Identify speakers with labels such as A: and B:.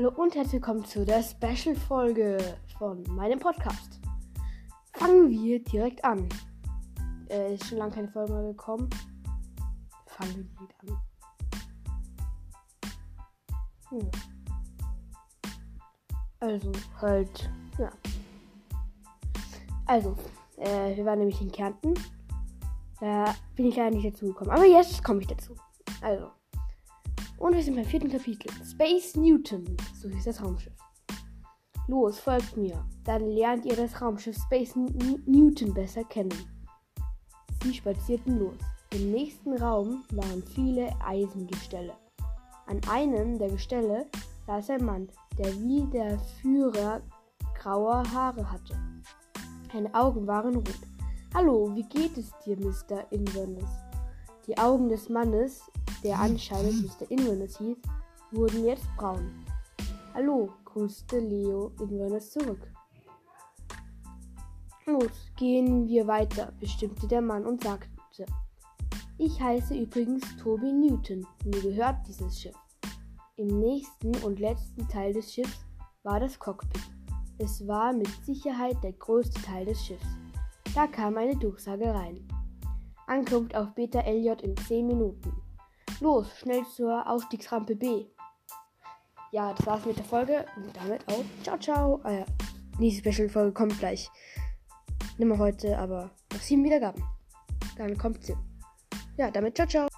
A: Hallo und herzlich willkommen zu der Special-Folge von meinem Podcast. Fangen wir direkt an. Ist schon lange keine Folge mehr gekommen. Fangen wir direkt an. Wir waren nämlich in Kärnten. Da bin ich leider nicht dazu gekommen. Aber jetzt komme ich dazu. Und wir sind beim 4. Kapitel. Space Newton, so hieß das Raumschiff. Los, folgt mir. Dann lernt ihr das Raumschiff Space Newton besser kennen. Sie spazierten los. Im nächsten Raum waren viele Eisengestelle. An einem der Gestelle saß ein Mann, der wie der Führer graue Haare hatte. Seine Augen waren rot. Hallo, wie geht es dir, Mr. Inverness? Die Augen des Mannes, der anscheinend Mr. Inverness hieß, wurden jetzt braun. Hallo, grüßte Leo Inverness zurück. Los, gehen wir weiter, bestimmte der Mann und sagte, ich heiße übrigens Toby Newton, mir gehört dieses Schiff. Im nächsten und letzten Teil des Schiffs war das Cockpit. Es war mit Sicherheit der größte Teil des Schiffs. Da kam eine Durchsage rein. Ankunft auf Beta Elliot in 10 Minuten. Los, schnell zur Ausstiegsrampe B. Ja, das war's mit der Folge und damit auch ciao, ciao. Nächste Special-Folge kommt gleich. Nicht mehr heute, aber nach 7 Wiedergaben. Dann kommt sie. Ja, damit ciao, ciao.